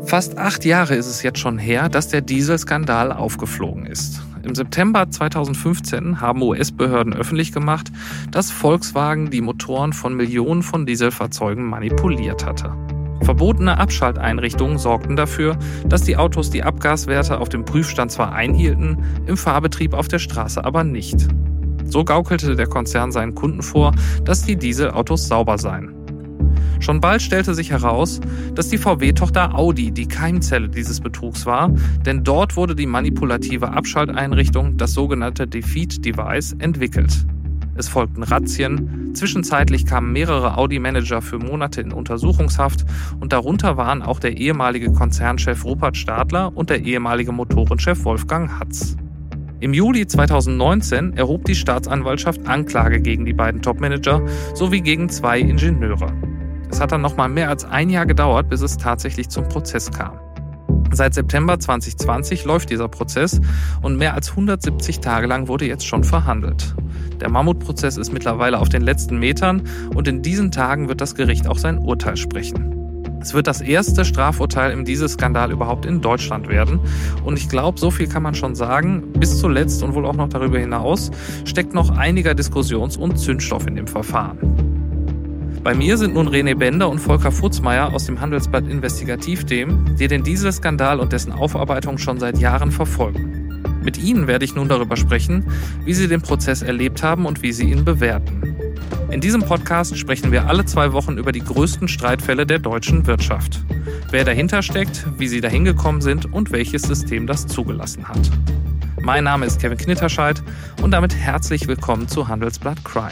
Fast 8 Jahre ist es jetzt schon her, dass der Dieselskandal aufgeflogen ist. Im September 2015 haben US-Behörden öffentlich gemacht, dass Volkswagen die Motoren von Millionen von Dieselfahrzeugen manipuliert hatte. Verbotene Abschalteinrichtungen sorgten dafür, dass die Autos die Abgaswerte auf dem Prüfstand zwar einhielten, im Fahrbetrieb auf der Straße aber nicht. So gaukelte der Konzern seinen Kunden vor, dass die Dieselautos sauber seien. Schon bald stellte sich heraus, dass die VW-Tochter Audi die Keimzelle dieses Betrugs war, denn dort wurde die manipulative Abschalteinrichtung, das sogenannte Defeat-Device, entwickelt. Es folgten Razzien, zwischenzeitlich kamen mehrere Audi-Manager für Monate in Untersuchungshaft und darunter waren auch der ehemalige Konzernchef Rupert Stadler und der ehemalige Motorenchef Wolfgang Hatz. Im Juli 2019 erhob die Staatsanwaltschaft Anklage gegen die beiden Topmanager sowie gegen 2 Ingenieure. Es hat dann nochmal mehr als 1 Jahr gedauert, bis es tatsächlich zum Prozess kam. Seit September 2020 läuft dieser Prozess und mehr als 170 Tage lang wurde jetzt schon verhandelt. Der Mammutprozess ist mittlerweile auf den letzten Metern und in diesen Tagen wird das Gericht auch sein Urteil sprechen. Es wird das erste Strafurteil im Dieselskandal überhaupt in Deutschland werden. Und ich glaube, so viel kann man schon sagen, bis zuletzt und wohl auch noch darüber hinaus steckt noch einiger Diskussions- und Zündstoff in dem Verfahren. Bei mir sind nun René Bender und Volker Futzmeier aus dem Handelsblatt Investigativ-Team, die den Dieselskandal und dessen Aufarbeitung schon seit Jahren verfolgen. Mit ihnen werde ich nun darüber sprechen, wie sie den Prozess erlebt haben und wie sie ihn bewerten. In diesem Podcast sprechen wir alle 2 Wochen über die größten Streitfälle der deutschen Wirtschaft. Wer dahinter steckt, wie sie dahin gekommen sind und welches System das zugelassen hat. Mein Name ist Kevin Knitterscheid und damit herzlich willkommen zu Handelsblatt Crime.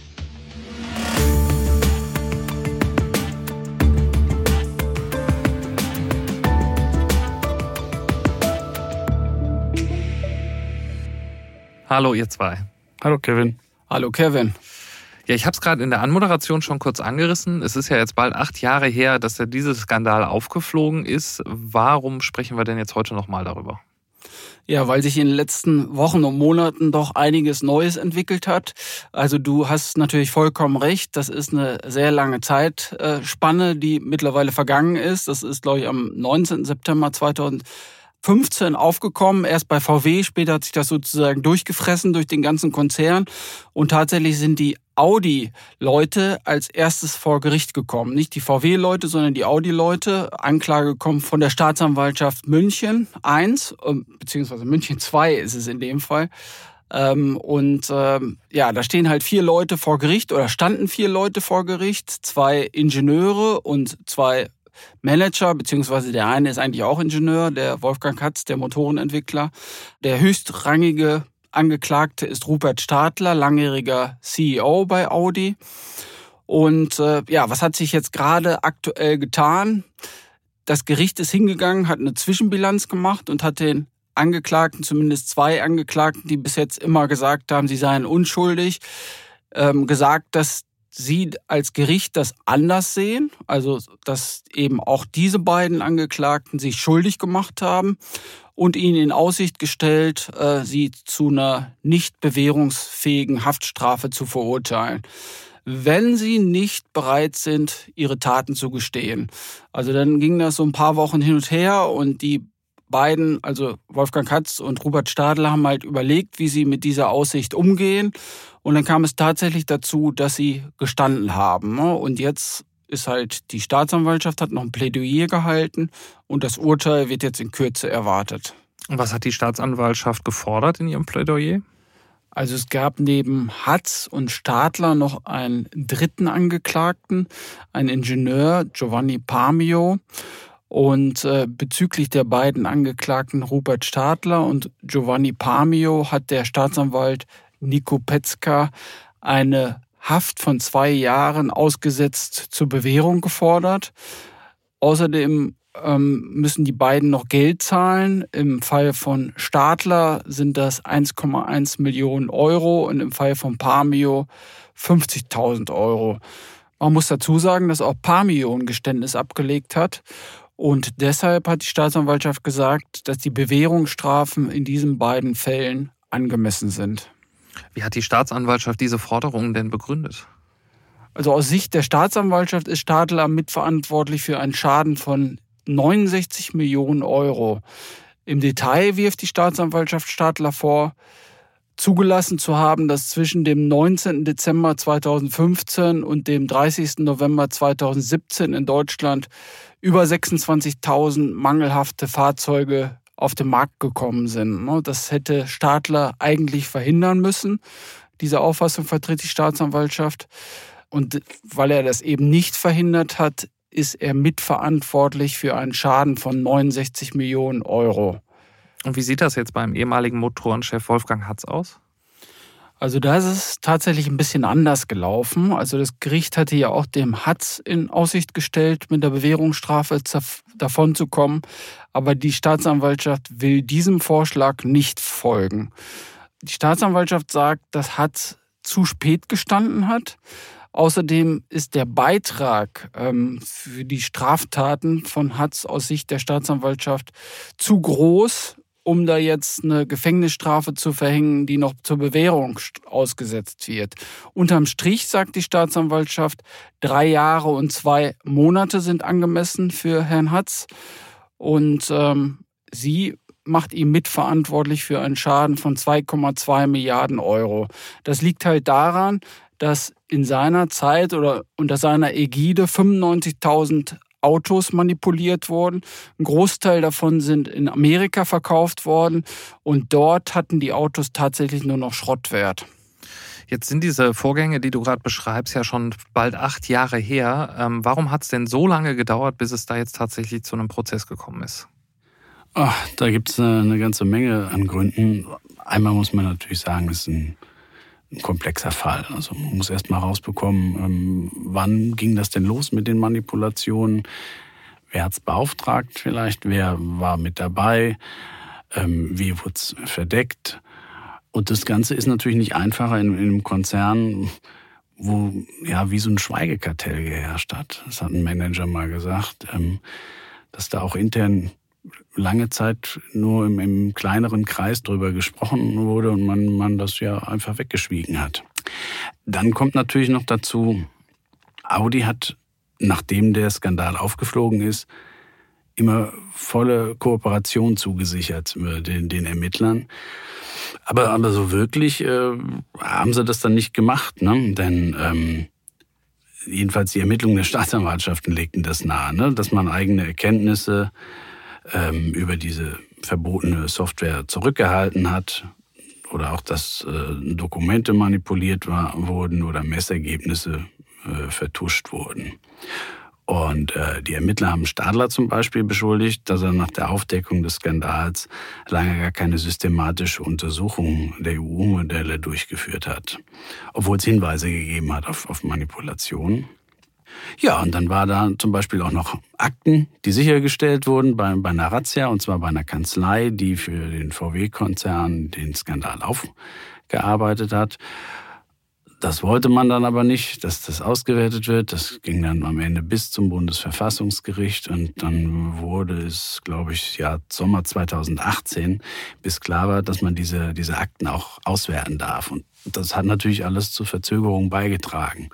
Hallo ihr zwei. Hallo Kevin. Hallo Kevin. Ja, ich habe es gerade in der Anmoderation schon kurz angerissen. Es ist ja jetzt bald 8 Jahre her, dass der Dieselskandal aufgeflogen ist. Warum sprechen wir denn jetzt heute nochmal darüber? Ja, weil sich in den letzten Wochen und Monaten doch einiges Neues entwickelt hat. Also du hast natürlich vollkommen recht. Das ist eine sehr lange Zeitspanne, die mittlerweile vergangen ist. Das ist, glaube ich, am 19. September 2015 aufgekommen, erst bei VW, später hat sich das sozusagen durchgefressen durch den ganzen Konzern und tatsächlich sind die Audi-Leute als erstes vor Gericht gekommen. Nicht die VW-Leute, sondern die Audi-Leute. Anklage kommt von der Staatsanwaltschaft München 1, beziehungsweise München 2 ist es in dem Fall. Da stehen halt 4 Leute vor Gericht oder standen 4 Leute vor Gericht, 2 Ingenieure und 2 Manager, beziehungsweise der eine ist eigentlich auch Ingenieur, der Wolfgang Hatz, der Motorenentwickler. Der höchstrangige Angeklagte ist Rupert Stadler, langjähriger CEO bei Audi. Und was hat sich jetzt gerade aktuell getan? Das Gericht ist hingegangen, hat eine Zwischenbilanz gemacht und hat den Angeklagten, zumindest 2 Angeklagten, die bis jetzt immer gesagt haben, sie seien unschuldig, gesagt, dass Sie als Gericht das anders sehen, also dass eben auch diese beiden Angeklagten sich schuldig gemacht haben und ihnen in Aussicht gestellt, sie zu einer nicht bewährungsfähigen Haftstrafe zu verurteilen, wenn sie nicht bereit sind, ihre Taten zu gestehen. Also dann ging das so ein paar Wochen hin und her und die beiden, also Wolfgang Hatz und Rupert Stadler, haben halt überlegt, wie sie mit dieser Aussicht umgehen. Und dann kam es tatsächlich dazu, dass sie gestanden haben. Und jetzt ist halt die Staatsanwaltschaft, hat noch ein Plädoyer gehalten und das Urteil wird jetzt in Kürze erwartet. Und was hat die Staatsanwaltschaft gefordert in ihrem Plädoyer? Also es gab neben Hatz und Stadler noch einen dritten Angeklagten, einen Ingenieur, Giovanni Parmio. Und bezüglich der beiden Angeklagten Rupert Stadler und Giovanni Parmio hat der Staatsanwalt Nico Petzka eine Haft von 2 Jahren ausgesetzt zur Bewährung gefordert. Außerdem müssen die beiden noch Geld zahlen. Im Fall von Stadler sind das 1,1 Millionen Euro und im Fall von Parmio 50.000 Euro. Man muss dazu sagen, dass auch Parmio ein Geständnis abgelegt hat. Und deshalb hat die Staatsanwaltschaft gesagt, dass die Bewährungsstrafen in diesen beiden Fällen angemessen sind. Wie hat die Staatsanwaltschaft diese Forderungen denn begründet? Also aus Sicht der Staatsanwaltschaft ist Stadler mitverantwortlich für einen Schaden von 69 Millionen Euro. Im Detail wirft die Staatsanwaltschaft Stadler vor, zugelassen zu haben, dass zwischen dem 19. Dezember 2015 und dem 30. November 2017 in Deutschland über 26.000 mangelhafte Fahrzeuge auf den Markt gekommen sind. Das hätte Stadler eigentlich verhindern müssen. Diese Auffassung vertritt die Staatsanwaltschaft. Und weil er das eben nicht verhindert hat, ist er mitverantwortlich für einen Schaden von 69 Millionen Euro. Und wie sieht das jetzt beim ehemaligen Motorenchef Wolfgang Hatz aus? Also da ist es tatsächlich ein bisschen anders gelaufen. Also das Gericht hatte ja auch dem Hatz in Aussicht gestellt, mit der Bewährungsstrafe davonzukommen. Aber die Staatsanwaltschaft will diesem Vorschlag nicht folgen. Die Staatsanwaltschaft sagt, dass Hatz zu spät gestanden hat. Außerdem ist der Beitrag für die Straftaten von Hatz aus Sicht der Staatsanwaltschaft zu groß, um da jetzt eine Gefängnisstrafe zu verhängen, die noch zur Bewährung ausgesetzt wird. Unterm Strich sagt die Staatsanwaltschaft, 3 Jahre und 2 Monate sind angemessen für Herrn Hatz. Und sie macht ihn mitverantwortlich für einen Schaden von 2,2 Milliarden Euro. Das liegt halt daran, dass in seiner Zeit oder unter seiner Ägide 95.000 Autos manipuliert wurden. Ein Großteil davon sind in Amerika verkauft worden und dort hatten die Autos tatsächlich nur noch Schrottwert. Jetzt sind diese Vorgänge, die du gerade beschreibst, ja schon bald 8 Jahre her. Warum hat es denn so lange gedauert, bis es da jetzt tatsächlich zu einem Prozess gekommen ist? Da gibt es eine ganze Menge an Gründen. Einmal muss man natürlich sagen, es ist ein komplexer Fall. Also man muss erst mal rausbekommen, wann ging das denn los mit den Manipulationen? Wer hat es beauftragt vielleicht? Wer war mit dabei? Wie wurde es verdeckt? Und das Ganze ist natürlich nicht einfacher in einem Konzern, wo ja wie so ein Schweigekartell geherrscht hat. Das hat ein Manager mal gesagt, dass da auch intern lange Zeit nur im kleineren Kreis drüber gesprochen wurde und man das ja einfach weggeschwiegen hat. Dann kommt natürlich noch dazu, Audi hat, nachdem der Skandal aufgeflogen ist, immer volle Kooperation zugesichert den Ermittlern. Aber so wirklich haben sie das dann nicht gemacht, ne? Denn jedenfalls die Ermittlungen der Staatsanwaltschaften legten das nahe, ne? Dass man eigene Erkenntnisse über diese verbotene Software zurückgehalten hat oder auch, dass Dokumente manipuliert wurden oder Messergebnisse vertuscht wurden. Und die Ermittler haben Stadler zum Beispiel beschuldigt, dass er nach der Aufdeckung des Skandals lange gar keine systematische Untersuchung der EU-Modelle durchgeführt hat, obwohl es Hinweise gegeben hat auf Manipulation. Ja, und dann war da zum Beispiel auch noch Akten, die sichergestellt wurden bei einer Razzia, und zwar bei einer Kanzlei, die für den VW-Konzern den Skandal aufgearbeitet hat. Das wollte man dann aber nicht, dass das ausgewertet wird. Das ging dann am Ende bis zum Bundesverfassungsgericht und dann wurde es, glaube ich, Sommer 2018, bis klar war, dass man diese Akten auch auswerten darf. Und das hat natürlich alles zur Verzögerung beigetragen.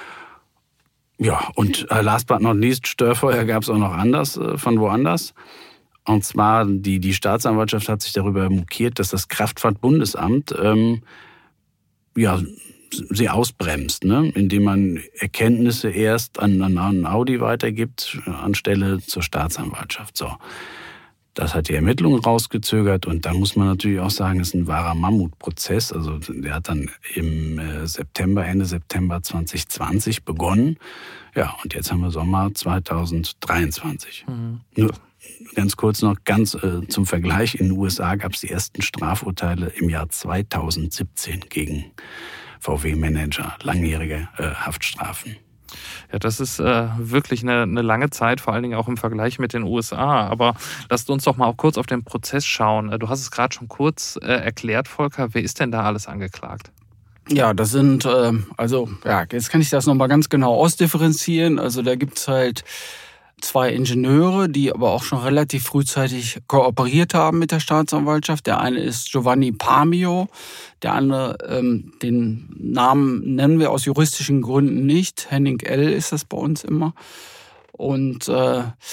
Ja, und last but not least, Störfeuer gab es auch noch von woanders. Und zwar die Staatsanwaltschaft hat sich darüber mokiert, dass das Kraftfahrtbundesamt sie ausbremst, ne? Indem man Erkenntnisse erst an Audi weitergibt, anstelle zur Staatsanwaltschaft. So. Das hat die Ermittlungen rausgezögert und da muss man natürlich auch sagen, es ist ein wahrer Mammutprozess. Also der hat dann Ende September 2020 begonnen. Ja, und jetzt haben wir Sommer 2023. Nur ganz kurz noch, zum Vergleich, in den USA gab es die ersten Strafurteile im Jahr 2017 gegen VW-Manager, langjährige Haftstrafen. Ja, das ist wirklich eine lange Zeit, vor allen Dingen auch im Vergleich mit den USA. Aber lasst uns doch mal auch kurz auf den Prozess schauen. Du hast es gerade schon kurz erklärt, Volker. Wer ist denn da alles angeklagt? Ja, das sind, jetzt kann ich das nochmal ganz genau ausdifferenzieren. Also da gibt's halt 2 Ingenieure, die aber auch schon relativ frühzeitig kooperiert haben mit der Staatsanwaltschaft. Der eine ist Giovanni Pamio, der andere, den Namen nennen wir aus juristischen Gründen nicht. Henning L. ist das bei uns immer. Und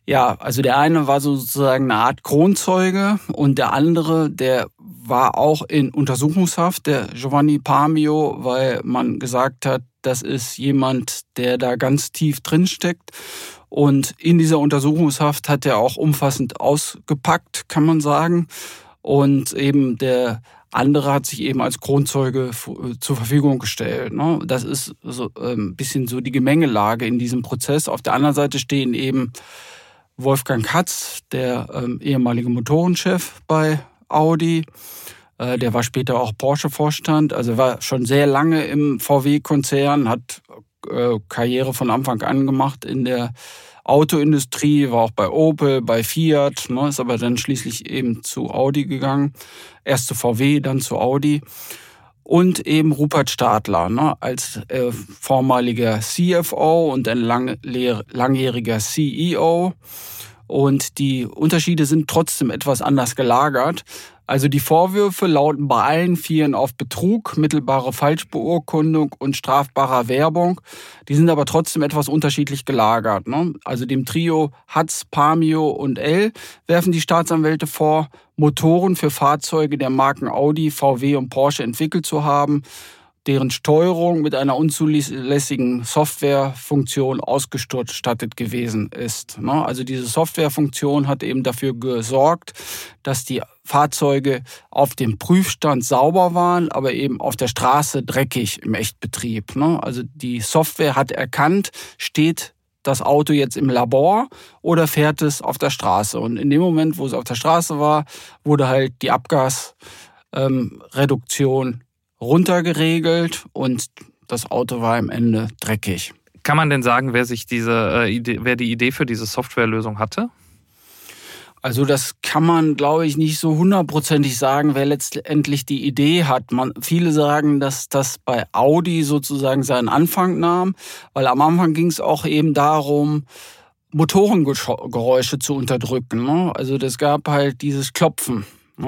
Ja, also der eine war sozusagen eine Art Kronzeuge und der andere, der war auch in Untersuchungshaft, der Giovanni Parmio, weil man gesagt hat, das ist jemand, der da ganz tief drin steckt. Und in dieser Untersuchungshaft hat er auch umfassend ausgepackt, kann man sagen. Und eben der andere hat sich eben als Kronzeuge zur Verfügung gestellt. Das ist so ein bisschen so die Gemengelage in diesem Prozess. Auf der anderen Seite stehen eben Wolfgang Katz, der ehemalige Motorenchef bei Audi. Der war später auch Porsche-Vorstand. Also war schon sehr lange im VW-Konzern, hat Karriere von Anfang an gemacht in der Autoindustrie, war auch bei Opel, bei Fiat, ist aber dann schließlich eben zu Audi gegangen. Erst zu VW, dann zu Audi. Und eben Rupert Stadler, als vormaliger CFO und ein langjähriger CEO. Und die Unterschiede sind trotzdem etwas anders gelagert. Also die Vorwürfe lauten bei allen vieren auf Betrug, mittelbare Falschbeurkundung und strafbarer Werbung. Die sind aber trotzdem etwas unterschiedlich gelagert. Also dem Trio Hatz, Parmio und L werfen die Staatsanwälte vor, Motoren für Fahrzeuge der Marken Audi, VW und Porsche entwickelt zu haben, deren Steuerung mit einer unzulässigen Softwarefunktion ausgestattet gewesen ist. Also diese Softwarefunktion hat eben dafür gesorgt, dass die Fahrzeuge auf dem Prüfstand sauber waren, aber eben auf der Straße dreckig im Echtbetrieb. Also die Software hat erkannt, steht das Auto jetzt im Labor oder fährt es auf der Straße. Und in dem Moment, wo es auf der Straße war, wurde halt die Abgasreduktion runtergeregelt und das Auto war am Ende dreckig. Kann man denn sagen, wer die Idee für diese Softwarelösung hatte? Also das kann man, glaube ich, nicht so hundertprozentig sagen, wer letztendlich die Idee hat. Viele sagen, dass das bei Audi sozusagen seinen Anfang nahm, weil am Anfang ging es auch eben darum, Motorengeräusche zu unterdrücken. Also das gab halt dieses Klopfen.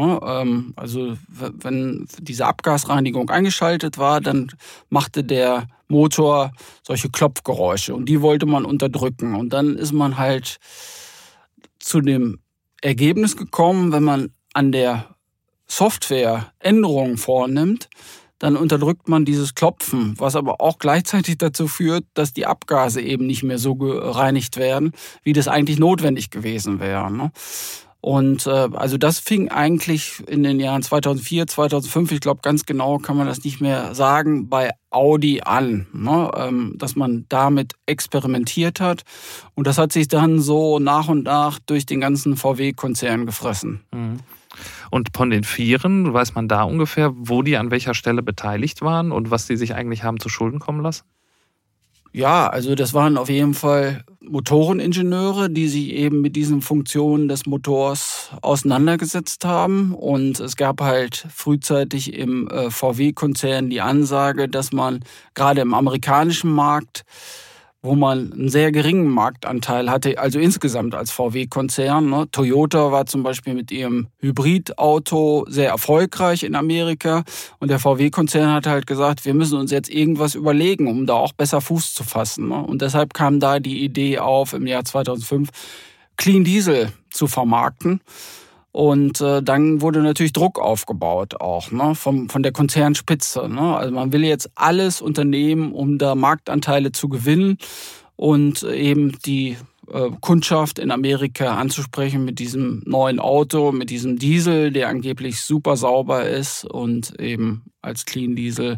Also wenn diese Abgasreinigung eingeschaltet war, dann machte der Motor solche Klopfgeräusche und die wollte man unterdrücken. Und dann ist man halt zu dem Ergebnis gekommen, wenn man an der Software Änderungen vornimmt, dann unterdrückt man dieses Klopfen, was aber auch gleichzeitig dazu führt, dass die Abgase eben nicht mehr so gereinigt werden, wie das eigentlich notwendig gewesen wäre. Und also das fing eigentlich in den Jahren 2004, 2005, ich glaube ganz genau kann man das nicht mehr sagen, bei Audi an, dass man damit experimentiert hat. Und das hat sich dann so nach und nach durch den ganzen VW-Konzern gefressen. Und von den Vieren, weiß man da ungefähr, wo die an welcher Stelle beteiligt waren und was die sich eigentlich haben zu Schulden kommen lassen? Ja, also das waren auf jeden Fall Motoreningenieure, die sich eben mit diesen Funktionen des Motors auseinandergesetzt haben. Und es gab halt frühzeitig im VW-Konzern die Ansage, dass man gerade im amerikanischen Markt, wo man einen sehr geringen Marktanteil hatte, also insgesamt als VW-Konzern. Toyota war zum Beispiel mit ihrem Hybridauto sehr erfolgreich in Amerika. Und der VW-Konzern hat halt gesagt, wir müssen uns jetzt irgendwas überlegen, um da auch besser Fuß zu fassen. Und deshalb kam da die Idee auf, im Jahr 2005 Clean Diesel zu vermarkten. Und dann wurde natürlich Druck aufgebaut auch von der Konzernspitze. Also man will jetzt alles unternehmen, um da Marktanteile zu gewinnen und eben die Kundschaft in Amerika anzusprechen mit diesem neuen Auto, mit diesem Diesel, der angeblich super sauber ist und eben als Clean Diesel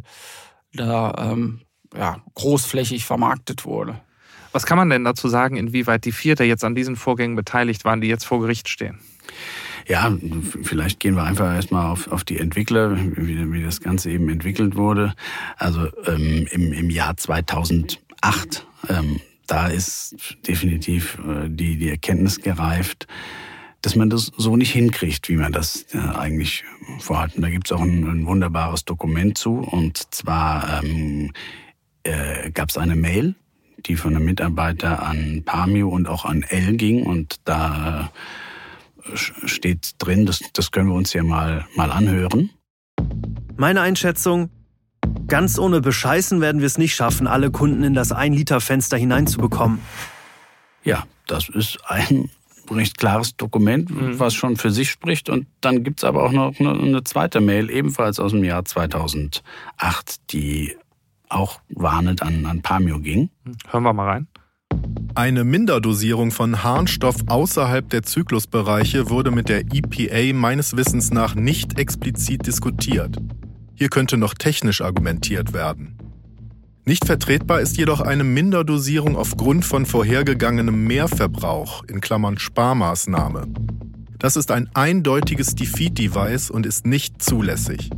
da großflächig vermarktet wurde. Was kann man denn dazu sagen, inwieweit die Vier, die jetzt an diesen Vorgängen beteiligt waren, die jetzt vor Gericht stehen? Ja, vielleicht gehen wir einfach erstmal auf die Entwickler, wie das Ganze eben entwickelt wurde. Also im Jahr 2008, da ist definitiv die Erkenntnis gereift, dass man das so nicht hinkriegt, wie man das eigentlich vorhat. Und da gibt es auch ein wunderbares Dokument zu. Und zwar gab es eine Mail, die von einem Mitarbeiter an Parmio und auch an L ging. Und da steht drin, das können wir uns ja mal anhören. Meine Einschätzung, ganz ohne Bescheißen werden wir es nicht schaffen, alle Kunden in das 1-Liter-Fenster hineinzubekommen. Ja, das ist ein recht klares Dokument, was schon für sich spricht. Und dann gibt's aber auch noch eine zweite Mail, ebenfalls aus dem Jahr 2008, die auch warnend an Pamio ging. Hören wir mal rein. Eine Minderdosierung von Harnstoff außerhalb der Zyklusbereiche wurde mit der EPA meines Wissens nach nicht explizit diskutiert. Hier könnte noch technisch argumentiert werden. Nicht vertretbar ist jedoch eine Minderdosierung aufgrund von vorhergegangenem Mehrverbrauch (Sparmaßnahme). Das ist ein eindeutiges Defeat-Device und ist nicht zulässig.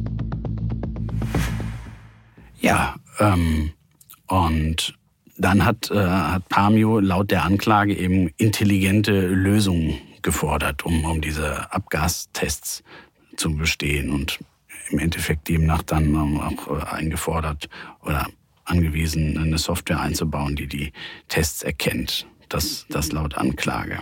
Ja, und dann hat Pamio laut der Anklage eben intelligente Lösungen gefordert, um diese Abgastests zu bestehen und im Endeffekt demnach dann auch eingefordert oder angewiesen, eine Software einzubauen, die Tests erkennt. Das laut Anklage.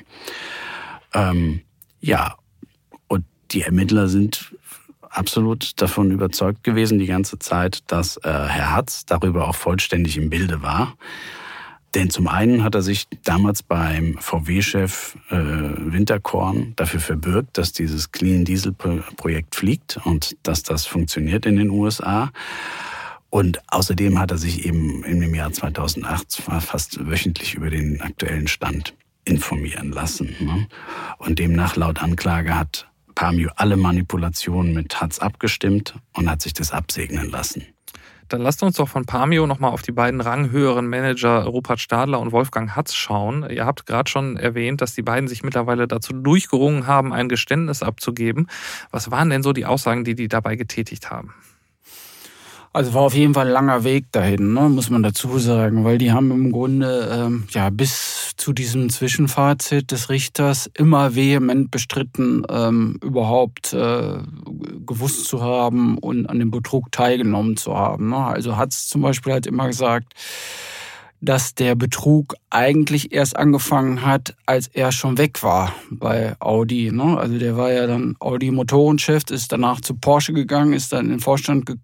Ja, und die Ermittler sind absolut davon überzeugt gewesen die ganze Zeit, dass Herr Hatz darüber auch vollständig im Bilde war. Denn zum einen hat er sich damals beim VW-Chef Winterkorn dafür verbürgt, dass dieses Clean Diesel-Projekt fliegt und dass das funktioniert in den USA. Und außerdem hat er sich eben in dem Jahr 2008 fast wöchentlich über den aktuellen Stand informieren lassen. Und demnach laut Anklage hat Pamio alle Manipulationen mit Hatz abgestimmt und hat sich das absegnen lassen. Dann lasst uns doch von Pamio nochmal auf die beiden ranghöheren Manager Rupert Stadler und Wolfgang Hatz schauen. Ihr habt gerade schon erwähnt, dass die beiden sich mittlerweile dazu durchgerungen haben, ein Geständnis abzugeben. Was waren denn so die Aussagen, die dabei getätigt haben? Also war auf jeden Fall ein langer Weg dahin, ne, muss man dazu sagen, weil die haben im Grunde bis zu diesem Zwischenfazit des Richters immer vehement bestritten, überhaupt gewusst zu haben und an dem Betrug teilgenommen zu haben. Ne. Also Hatz zum Beispiel hat immer gesagt, dass der Betrug eigentlich erst angefangen hat, als er schon weg war bei Audi. Ne. Also der war ja dann Audi-Motorenchef, ist danach zu Porsche gegangen, ist dann in den Vorstand gegangen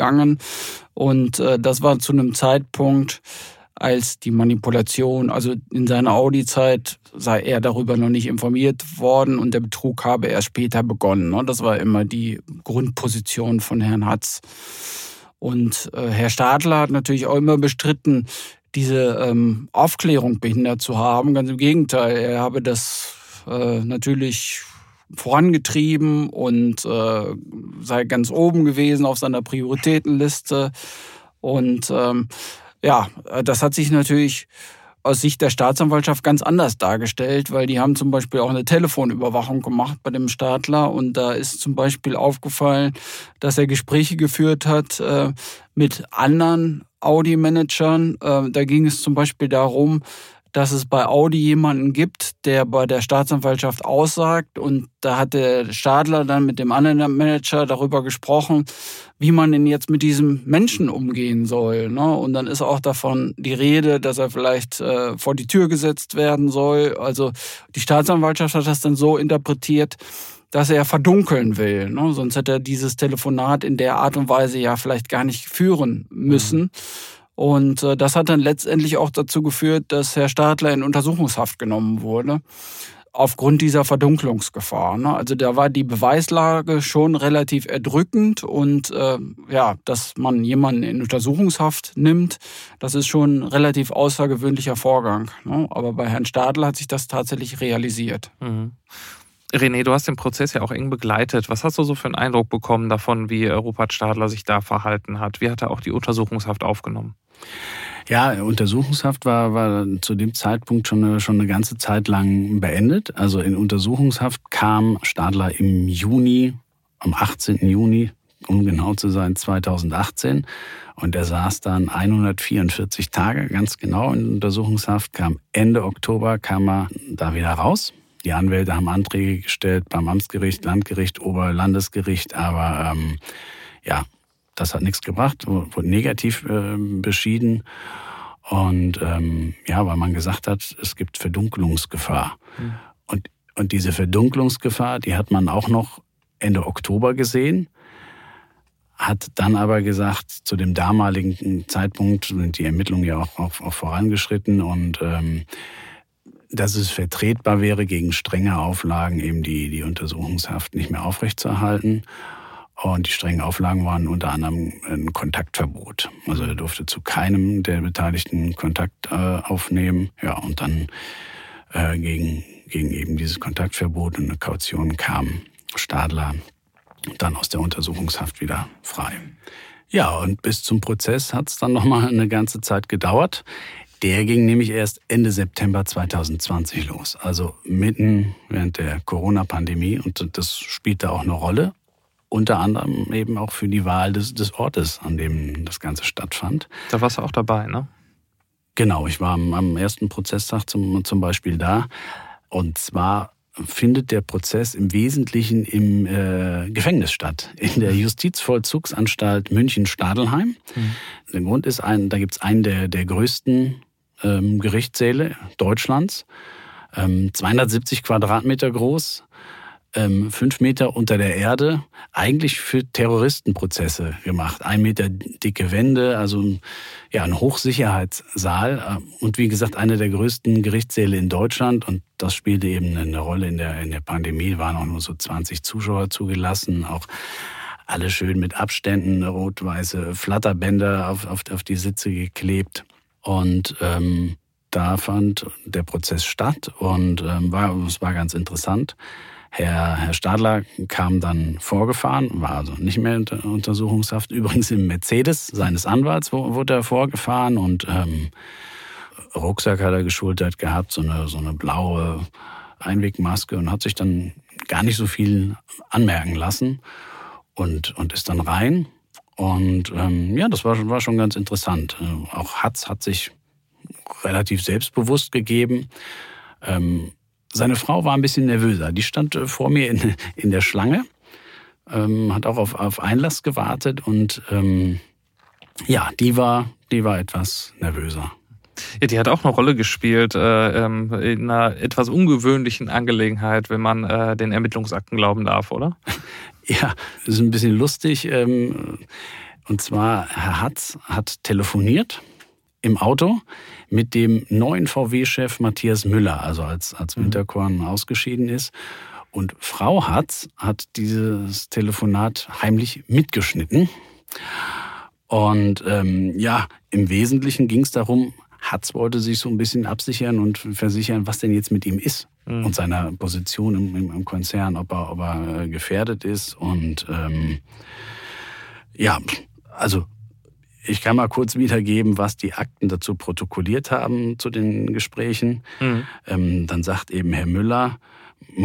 und das war zu einem Zeitpunkt, als die Manipulation, also in seiner Audi-Zeit sei er darüber noch nicht informiert worden und der Betrug habe erst später begonnen. Das war immer die Grundposition von Herrn Hatz. Und Herr Stadler hat natürlich auch immer bestritten, diese Aufklärung behindert zu haben. Ganz im Gegenteil, er habe das natürlich vorangetrieben und sei ganz oben gewesen auf seiner Prioritätenliste. Und das hat sich natürlich aus Sicht der Staatsanwaltschaft ganz anders dargestellt, weil die haben zum Beispiel auch eine Telefonüberwachung gemacht bei dem Stadler und da ist zum Beispiel aufgefallen, dass er Gespräche geführt hat mit anderen Audi-Managern. Da ging es zum Beispiel darum, dass es bei Audi jemanden gibt, der bei der Staatsanwaltschaft aussagt. Und da hat der Stadler dann mit dem anderen Manager darüber gesprochen, wie man denn jetzt mit diesem Menschen umgehen soll. Und dann ist auch davon die Rede, dass er vielleicht vor die Tür gesetzt werden soll. Also die Staatsanwaltschaft hat das dann so interpretiert, dass er verdunkeln will. Sonst hätte er dieses Telefonat in der Art und Weise ja vielleicht gar nicht führen müssen. Und das hat dann letztendlich auch dazu geführt, dass Herr Stadler in Untersuchungshaft genommen wurde, aufgrund dieser Verdunklungsgefahr. Also da war die Beweislage schon relativ erdrückend und dass man jemanden in Untersuchungshaft nimmt, das ist schon ein relativ außergewöhnlicher Vorgang. Aber bei Herrn Stadler hat sich das tatsächlich realisiert. Mhm. René, du hast den Prozess ja auch eng begleitet. Was hast du so für einen Eindruck bekommen davon, wie Rupert Stadler sich da verhalten hat? Wie hat er auch die Untersuchungshaft aufgenommen? Ja, Untersuchungshaft war zu dem Zeitpunkt schon eine ganze Zeit lang beendet. Also in Untersuchungshaft kam Stadler im Juni, am 18. Juni, um genau zu sein, 2018. Und er saß dann 144 Tage, ganz genau in Untersuchungshaft, kam Ende Oktober, kam er da wieder raus. Die Anwälte haben Anträge gestellt beim Amtsgericht, Landgericht, Oberlandesgericht, aber das hat nichts gebracht, wurde negativ beschieden. Und weil man gesagt hat, es gibt Verdunkelungsgefahr. Mhm. Und diese Verdunkelungsgefahr, die hat man auch noch Ende Oktober gesehen, hat dann aber gesagt, zu dem damaligen Zeitpunkt sind die Ermittlungen ja auch vorangeschritten und dass es vertretbar wäre, gegen strenge Auflagen eben die Untersuchungshaft nicht mehr aufrechtzuerhalten. Und die strengen Auflagen waren unter anderem ein Kontaktverbot. Also er durfte zu keinem der Beteiligten Kontakt aufnehmen. Ja, und dann gegen eben dieses Kontaktverbot und eine Kaution kam Stadler dann aus der Untersuchungshaft wieder frei. Ja, und bis zum Prozess hat es dann nochmal eine ganze Zeit gedauert. Der ging nämlich erst Ende September 2020 los, also mitten während der Corona-Pandemie. Und das spielte auch eine Rolle, unter anderem eben auch für die Wahl des Ortes, an dem das Ganze stattfand. Da warst du auch dabei, ne? Genau, ich war am ersten Prozesstag zum Beispiel da. Und zwar findet der Prozess im Wesentlichen im Gefängnis statt, in der Justizvollzugsanstalt München-Stadelheim. Der Grund ist, da gibt es einen der größten Gerichtssäle Deutschlands, 270 Quadratmeter groß, 5 Meter unter der Erde, eigentlich für Terroristenprozesse gemacht. 1 Meter dicke Wände, also ja, ein Hochsicherheitssaal und wie gesagt einer der größten Gerichtssäle in Deutschland. Und das spielte eben eine Rolle in der Pandemie, waren auch nur so 20 Zuschauer zugelassen, auch alle schön mit Abständen, rot-weiße Flatterbänder auf die Sitze geklebt. Und da fand der Prozess statt und es war ganz interessant. Herr Stadler kam dann vorgefahren, war also nicht mehr in Untersuchungshaft. Übrigens im Mercedes seines Anwalts wurde er vorgefahren und Rucksack hat er geschultert gehabt, so eine blaue Einwegmaske und hat sich dann gar nicht so viel anmerken lassen und ist dann rein. Und das war schon ganz interessant. Auch Hatz hat sich relativ selbstbewusst gegeben. Seine Frau war ein bisschen nervöser. Die stand vor mir in der Schlange, hat auch auf Einlass gewartet und die war etwas nervöser. Ja, die hat auch eine Rolle gespielt in einer etwas ungewöhnlichen Angelegenheit, wenn man den Ermittlungsakten glauben darf, oder? Ja, das ist ein bisschen lustig. Und zwar, Herr Hatz hat telefoniert im Auto mit dem neuen VW-Chef Matthias Müller, also als Winterkorn ausgeschieden ist. Und Frau Hatz hat dieses Telefonat heimlich mitgeschnitten. Und im Wesentlichen ging es darum, Hatz wollte sich so ein bisschen absichern und versichern, was denn jetzt mit ihm ist und seiner Position im Konzern, ob er gefährdet ist. Und also ich kann mal kurz wiedergeben, was die Akten dazu protokolliert haben zu den Gesprächen. Dann sagt eben Herr Müller, ich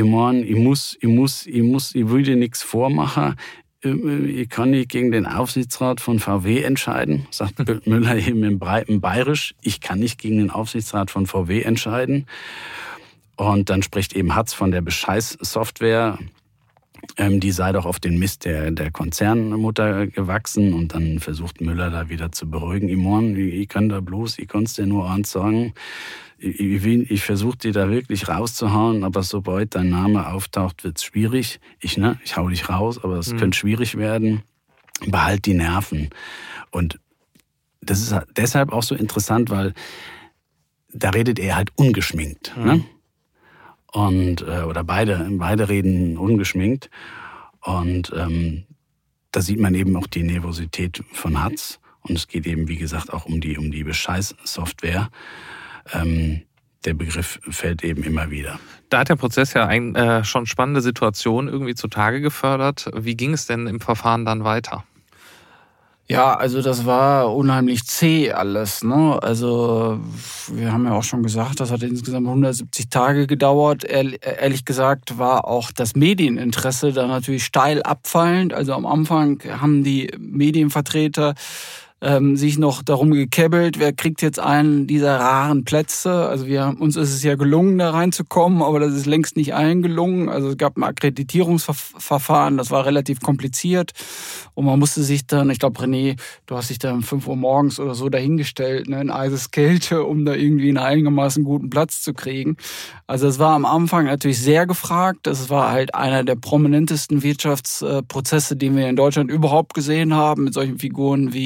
würde nichts vormachen. Ich kann nicht gegen den Aufsichtsrat von VW entscheiden, sagt Müller eben im breiten Bayerisch. Ich kann nicht gegen den Aufsichtsrat von VW entscheiden. Und dann spricht eben Hatz von der Bescheiß-Software. Die sei doch auf den Mist der Konzernmutter gewachsen. Und dann versucht Müller da wieder zu beruhigen. Ich kann da bloß, ich kann es dir nur eins sagen. Ich versuche dir da wirklich rauszuhauen, aber sobald dein Name auftaucht, wird's schwierig. Ich hau dich raus, aber es könnte schwierig werden. Behalt die Nerven. Und das ist deshalb auch so interessant, weil da redet er halt ungeschminkt. Ne? Und oder beide reden ungeschminkt. Und da sieht man eben auch die Nervosität von Hatz. Und es geht eben, wie gesagt, auch um die Bescheiß-Software. Der Begriff fällt eben immer wieder. Da hat der Prozess ja schon spannende Situationen irgendwie zutage gefördert. Wie ging es denn im Verfahren dann weiter? Ja, also das war unheimlich zäh alles, ne? Also wir haben ja auch schon gesagt, das hat insgesamt 170 Tage gedauert. Ehrlich gesagt war auch das Medieninteresse da natürlich steil abfallend. Also am Anfang haben die Medienvertreter sich noch darum gekäbbelt, wer kriegt jetzt einen dieser raren Plätze. Also uns ist es ja gelungen, da reinzukommen, aber das ist längst nicht allen gelungen. Also es gab ein Akkreditierungsverfahren, das war relativ kompliziert. Und man musste sich dann, ich glaube, René, du hast dich da um 5 Uhr morgens oder so dahingestellt, ne, in Eiseskälte, um da irgendwie einen einigermaßen guten Platz zu kriegen. Also es war am Anfang natürlich sehr gefragt. Das war halt einer der prominentesten Wirtschaftsprozesse, den wir in Deutschland überhaupt gesehen haben, mit solchen Figuren wie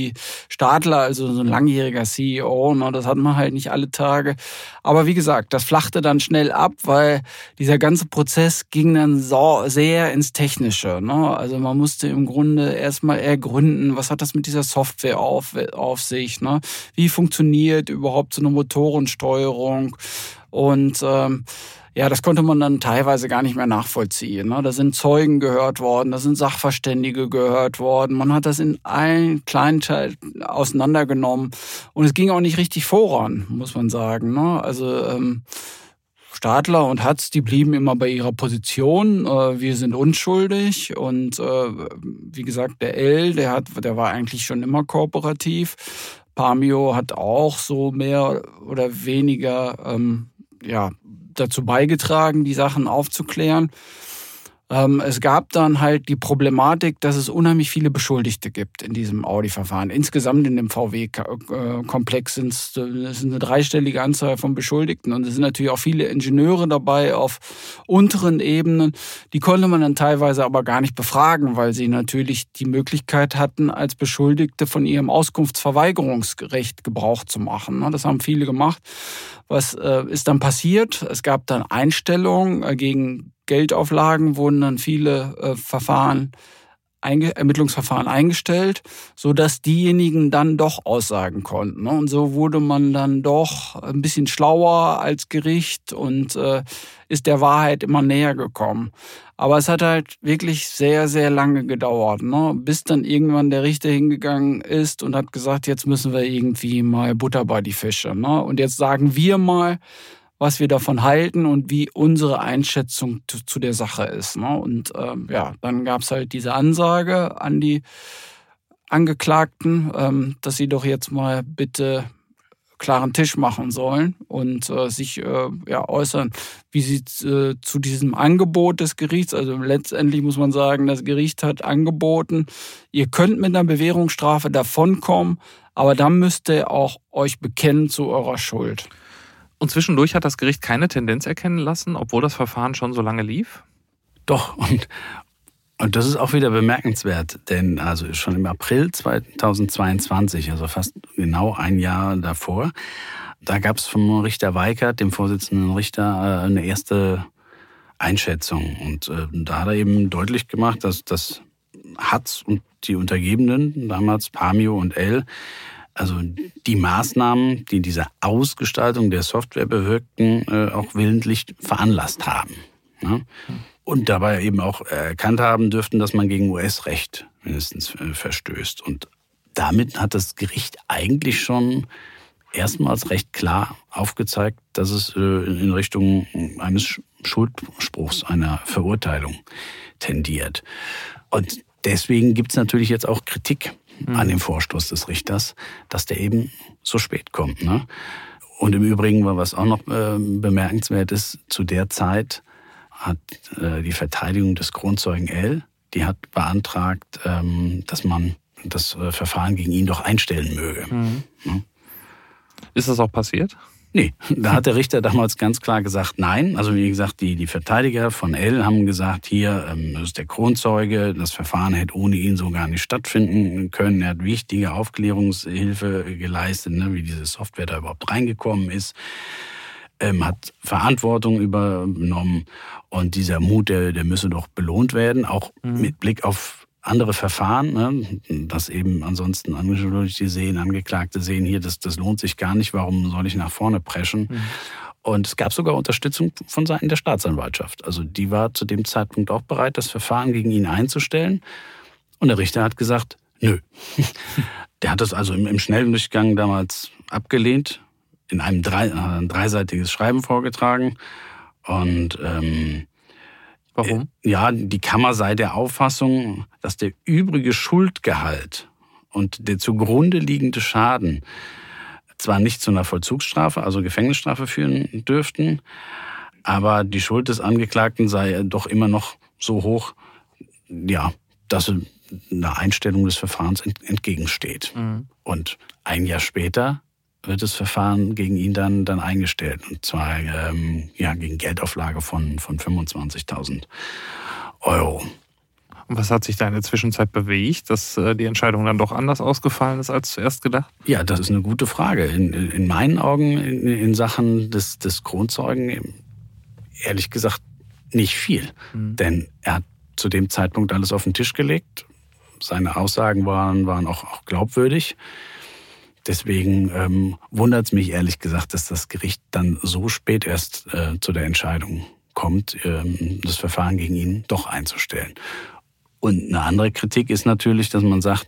Stadler, also so ein langjähriger CEO, ne, das hat man halt nicht alle Tage. Aber wie gesagt, das flachte dann schnell ab, weil dieser ganze Prozess ging dann so sehr ins Technische. Ne? Also man musste im Grunde erstmal ergründen, was hat das mit dieser Software auf sich? Ne? Wie funktioniert überhaupt so eine Motorensteuerung? Und ja, das konnte man dann teilweise gar nicht mehr nachvollziehen. Ne? Da sind Zeugen gehört worden, da sind Sachverständige gehört worden. Man hat das in allen kleinen Teilen auseinandergenommen. Und es ging auch nicht richtig voran, muss man sagen. Ne? Also Stadler und Hatz, die blieben immer bei ihrer Position. Wir sind unschuldig. Und wie gesagt, der L, der war eigentlich schon immer kooperativ. Pamio hat auch so mehr oder weniger dazu beigetragen, die Sachen aufzuklären. Es gab dann halt die Problematik, dass es unheimlich viele Beschuldigte gibt in diesem Audi-Verfahren. Insgesamt in dem VW-Komplex sind es eine dreistellige Anzahl von Beschuldigten. Und es sind natürlich auch viele Ingenieure dabei auf unteren Ebenen. Die konnte man dann teilweise aber gar nicht befragen, weil sie natürlich die Möglichkeit hatten, als Beschuldigte von ihrem Auskunftsverweigerungsrecht Gebrauch zu machen. Das haben viele gemacht. Was ist dann passiert? Es gab dann Einstellungen gegen Geldauflagen, wurden dann viele Ermittlungsverfahren eingestellt, sodass diejenigen dann doch aussagen konnten. Und so wurde man dann doch ein bisschen schlauer als Gericht und ist der Wahrheit immer näher gekommen. Aber es hat halt wirklich sehr, sehr lange gedauert, ne? Bis dann irgendwann der Richter hingegangen ist und hat gesagt, jetzt müssen wir irgendwie mal Butter bei die Fische. Ne? Und jetzt sagen wir mal, was wir davon halten und wie unsere Einschätzung zu der Sache ist. Ne? Und dann gab es halt diese Ansage an die Angeklagten, dass sie doch jetzt mal bitte klaren Tisch machen sollen und sich äußern, wie sie zu diesem Angebot des Gerichts, also letztendlich muss man sagen, das Gericht hat angeboten, ihr könnt mit einer Bewährungsstrafe davonkommen, aber dann müsst ihr auch euch bekennen zu eurer Schuld. Und zwischendurch hat das Gericht keine Tendenz erkennen lassen, obwohl das Verfahren schon so lange lief? Doch, und das ist auch wieder bemerkenswert, denn also schon im April 2022, also fast genau ein Jahr davor, da gab es vom Richter Weikert, dem Vorsitzenden Richter, eine erste Einschätzung. Und da hat er eben deutlich gemacht, dass das Hatz und die Untergebenen, damals Pamio und L., also die Maßnahmen, die diese Ausgestaltung der Software bewirkten, auch willentlich veranlasst haben. Ne? Und dabei eben auch erkannt haben dürften, dass man gegen US-Recht mindestens verstößt. Und damit hat das Gericht eigentlich schon erstmals recht klar aufgezeigt, dass es in Richtung eines Schuldspruchs, einer Verurteilung tendiert. Und deswegen gibt es natürlich jetzt auch Kritik an dem Vorstoß des Richters, dass der eben so spät kommt. Ne? Und im Übrigen, was auch noch bemerkenswert ist, zu der Zeit hat die Verteidigung des Kronzeugen L., die hat beantragt, dass man das Verfahren gegen ihn doch einstellen möge. Mhm. Ne? Ist das auch passiert? Nee, da hat der Richter damals ganz klar gesagt, nein. Also wie gesagt, die Verteidiger von L haben gesagt, hier, das ist der Kronzeuge, das Verfahren hätte ohne ihn so gar nicht stattfinden können. Er hat wichtige Aufklärungshilfe geleistet, ne, wie diese Software da überhaupt reingekommen ist, hat Verantwortung übernommen und dieser Mut, der müsse doch belohnt werden, auch mit Blick auf andere Verfahren, ne, dass eben ansonsten Angeklagte sehen, hier, das lohnt sich gar nicht, warum soll ich nach vorne preschen? Mhm. Und es gab sogar Unterstützung von Seiten der Staatsanwaltschaft. Also die war zu dem Zeitpunkt auch bereit, das Verfahren gegen ihn einzustellen. Und der Richter hat gesagt, nö. Der hat das also im Schnelldurchgang damals abgelehnt, in einem dreiseitiges Schreiben vorgetragen. Und warum? Ja, die Kammer sei der Auffassung, dass der übrige Schuldgehalt und der zugrunde liegende Schaden zwar nicht zu einer Vollzugsstrafe, also Gefängnisstrafe führen dürften, aber die Schuld des Angeklagten sei doch immer noch so hoch, ja, dass einer Einstellung des Verfahrens entgegensteht. Mhm. Und ein Jahr später wird das Verfahren gegen ihn dann eingestellt. Und zwar gegen Geldauflage von 25.000 Euro. Und was hat sich da in der Zwischenzeit bewegt, dass die Entscheidung dann doch anders ausgefallen ist als zuerst gedacht? Ja, das ist eine gute Frage. In meinen Augen in Sachen des Kronzeugen ehrlich gesagt nicht viel. Denn er hat zu dem Zeitpunkt alles auf den Tisch gelegt. Seine Aussagen waren auch glaubwürdig. Deswegen wundert es mich ehrlich gesagt, dass das Gericht dann so spät erst zu der Entscheidung kommt, das Verfahren gegen ihn doch einzustellen. Und eine andere Kritik ist natürlich, dass man sagt,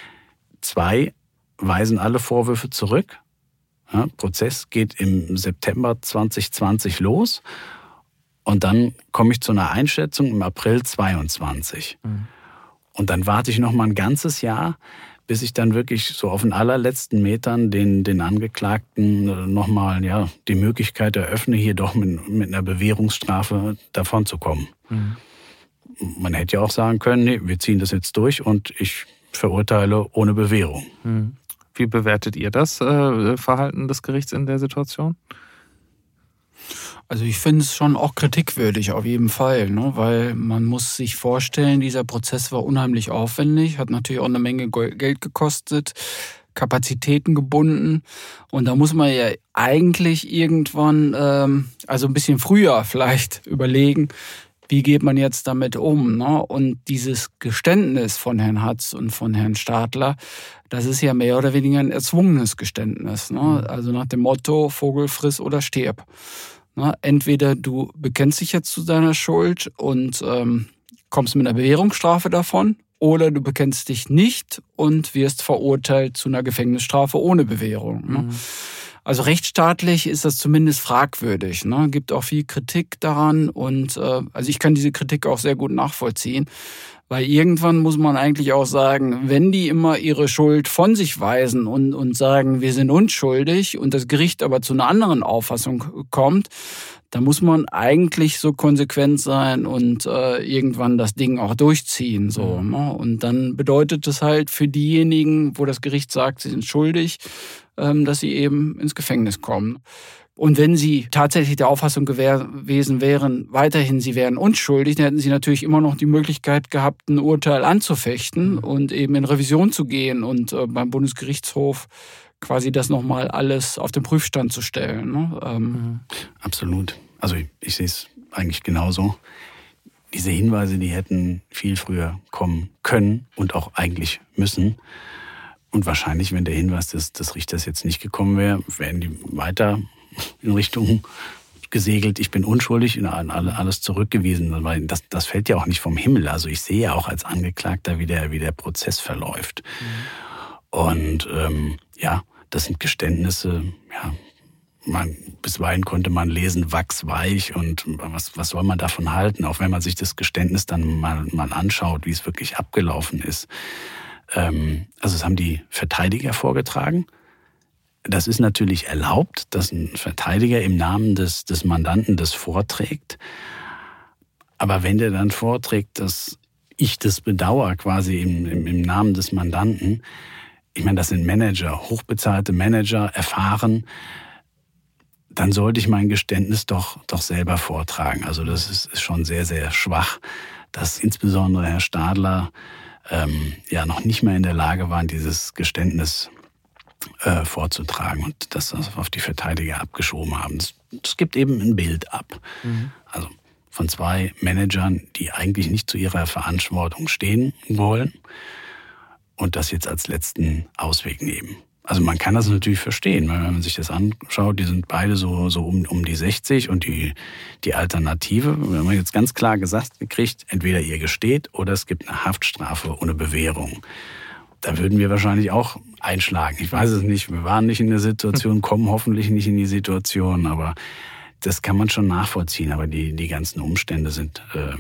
2 weisen alle Vorwürfe zurück. Ja, Prozess geht im September 2020 los. Und dann komme ich zu einer Einschätzung im April 22. Und dann warte ich noch mal ein ganzes Jahr, bis ich dann wirklich so auf den allerletzten Metern den Angeklagten noch mal die Möglichkeit eröffne, hier doch mit einer Bewährungsstrafe davon zu kommen. Man hätte ja auch sagen können, nee, wir ziehen das jetzt durch und ich verurteile ohne Bewährung. Wie bewertet ihr das Verhalten des Gerichts in der Situation? Also ich finde es schon auch kritikwürdig auf jeden Fall, ne? Weil man muss sich vorstellen, dieser Prozess war unheimlich aufwendig, hat natürlich auch eine Menge Geld gekostet, Kapazitäten gebunden und da muss man ja eigentlich irgendwann, also ein bisschen früher vielleicht überlegen, wie geht man jetzt damit um, ne? Und dieses Geständnis von Herrn Hatz und von Herrn Stadler, das ist ja mehr oder weniger ein erzwungenes Geständnis, ne? Also nach dem Motto, Vogel friss oder stirb. Entweder du bekennst dich jetzt zu deiner Schuld und kommst mit einer Bewährungsstrafe davon, oder du bekennst dich nicht und wirst verurteilt zu einer Gefängnisstrafe ohne Bewährung. Ne? Also rechtsstaatlich ist das zumindest fragwürdig. Ne? Gibt auch viel Kritik daran und also ich kann diese Kritik auch sehr gut nachvollziehen. Weil irgendwann muss man eigentlich auch sagen, wenn die immer ihre Schuld von sich weisen und sagen, wir sind unschuldig und das Gericht aber zu einer anderen Auffassung kommt, dann muss man eigentlich so konsequent sein und irgendwann das Ding auch durchziehen. So, ne? Und dann bedeutet es halt für diejenigen, wo das Gericht sagt, sie sind schuldig, dass sie eben ins Gefängnis kommen. Und wenn sie tatsächlich der Auffassung gewesen wären, weiterhin sie wären unschuldig, dann hätten sie natürlich immer noch die Möglichkeit gehabt, ein Urteil anzufechten und eben in Revision zu gehen und beim Bundesgerichtshof quasi das nochmal alles auf den Prüfstand zu stellen. Ne? Absolut. Also ich sehe es eigentlich genauso. Diese Hinweise, die hätten viel früher kommen können und auch eigentlich müssen. Und wahrscheinlich, wenn der Hinweis des Richters jetzt nicht gekommen wäre, wären die weiter in Richtung gesegelt, ich bin unschuldig und alles zurückgewiesen. Weil das fällt ja auch nicht vom Himmel. Also ich sehe ja auch als Angeklagter, wie der Prozess verläuft. Und das sind Geständnisse, bisweilen konnte man lesen, wachsweich und was soll man davon halten, auch wenn man sich das Geständnis dann mal anschaut, wie es wirklich abgelaufen ist. Also das haben die Verteidiger vorgetragen. Das ist natürlich erlaubt, dass ein Verteidiger im Namen des Mandanten das vorträgt. Aber wenn der dann vorträgt, dass ich das bedauere, quasi im Namen des Mandanten, ich meine, das sind Manager, hochbezahlte Manager, erfahren, dann sollte ich mein Geständnis doch selber vortragen. Also das ist schon sehr, sehr schwach, dass insbesondere Herr Stadler noch nicht mehr in der Lage waren, dieses Geständnis vorzutragen und das auf die Verteidiger abgeschoben haben. Das gibt eben ein Bild ab. Also von 2 Managern, die eigentlich nicht zu ihrer Verantwortung stehen wollen und das jetzt als letzten Ausweg nehmen. Also man kann das natürlich verstehen, weil wenn man sich das anschaut, die sind beide so um die 60 und die Alternative, wenn man jetzt ganz klar gesagt gekriegt, entweder ihr gesteht oder es gibt eine Haftstrafe ohne Bewährung. Da würden wir wahrscheinlich auch einschlagen. Ich weiß es nicht, wir waren nicht in der Situation, kommen hoffentlich nicht in die Situation, aber das kann man schon nachvollziehen. Aber die ganzen Umstände sind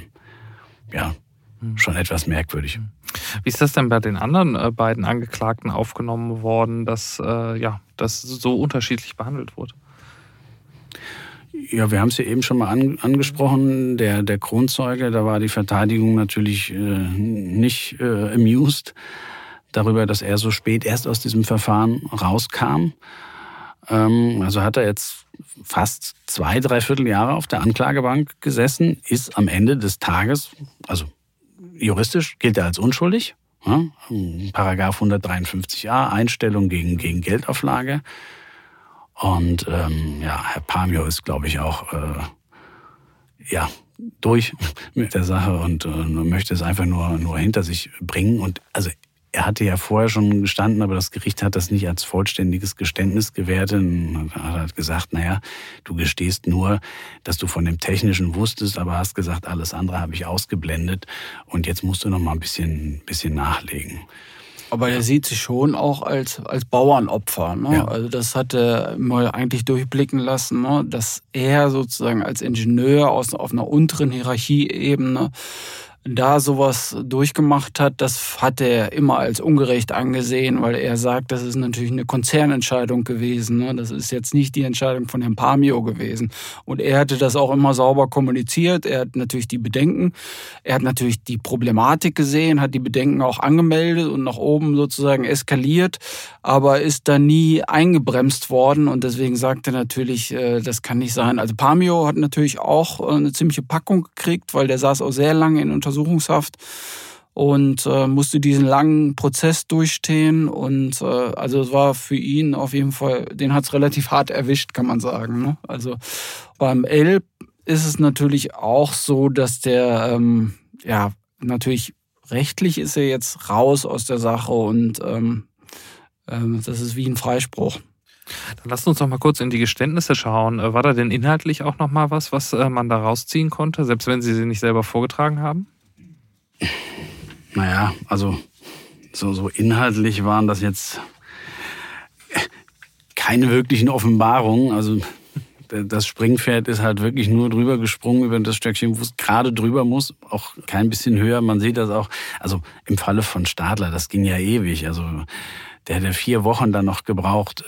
schon etwas merkwürdig. Wie ist das denn bei den anderen beiden Angeklagten aufgenommen worden, dass das so unterschiedlich behandelt wurde? Ja, wir haben es ja eben schon mal angesprochen. Der Kronzeuge, da war die Verteidigung natürlich nicht amused darüber, dass er so spät erst aus diesem Verfahren rauskam. Also hat er jetzt fast 2-3 Vierteljahre auf der Anklagebank gesessen, ist am Ende des Tages, also juristisch gilt er als unschuldig. Ja? Paragraph 153a, Einstellung gegen Geldauflage. Und Herr Pamio ist, glaube ich, auch durch mit der Sache und möchte es einfach nur hinter sich bringen. Und also er hatte ja vorher schon gestanden, aber das Gericht hat das nicht als vollständiges Geständnis gewertet und hat halt gesagt, naja, du gestehst nur, dass du von dem Technischen wusstest, aber hast gesagt, alles andere habe ich ausgeblendet und jetzt musst du noch mal ein bisschen nachlegen. Aber er sieht sich schon auch als Bauernopfer. Ne? Ja. Also das hat er mal eigentlich durchblicken lassen, ne? Dass er sozusagen als Ingenieur auf einer unteren Hierarchieebene da sowas durchgemacht hat, das hat er immer als ungerecht angesehen, weil er sagt, das ist natürlich eine Konzernentscheidung gewesen. Ne? Das ist jetzt nicht die Entscheidung von Herrn Pamio gewesen. Und er hatte das auch immer sauber kommuniziert. Er hat natürlich die Bedenken, er hat natürlich die Problematik gesehen, hat die Bedenken auch angemeldet und nach oben sozusagen eskaliert, aber ist da nie eingebremst worden. Und deswegen sagt er natürlich, das kann nicht sein. Also Pamio hat natürlich auch eine ziemliche Packung gekriegt, weil der saß auch sehr lange in Untersuchungshaft und musste diesen langen Prozess durchstehen. Und also es war für ihn auf jeden Fall, den hat es relativ hart erwischt, kann man sagen. Ne? Also beim Elb ist es natürlich auch so, dass der, natürlich rechtlich ist er jetzt raus aus der Sache und das ist wie ein Freispruch. Dann lasst uns noch mal kurz in die Geständnisse schauen. War da denn inhaltlich auch noch mal was man da rausziehen konnte, selbst wenn Sie nicht selber vorgetragen haben? Naja, also so inhaltlich waren das jetzt keine wirklichen Offenbarungen. Also das Springpferd ist halt wirklich nur drüber gesprungen über das Stöckchen, wo es gerade drüber muss, auch kein bisschen höher. Man sieht das auch, also im Falle von Stadler, das ging ja ewig. Also der hat ja 4 Wochen dann noch gebraucht,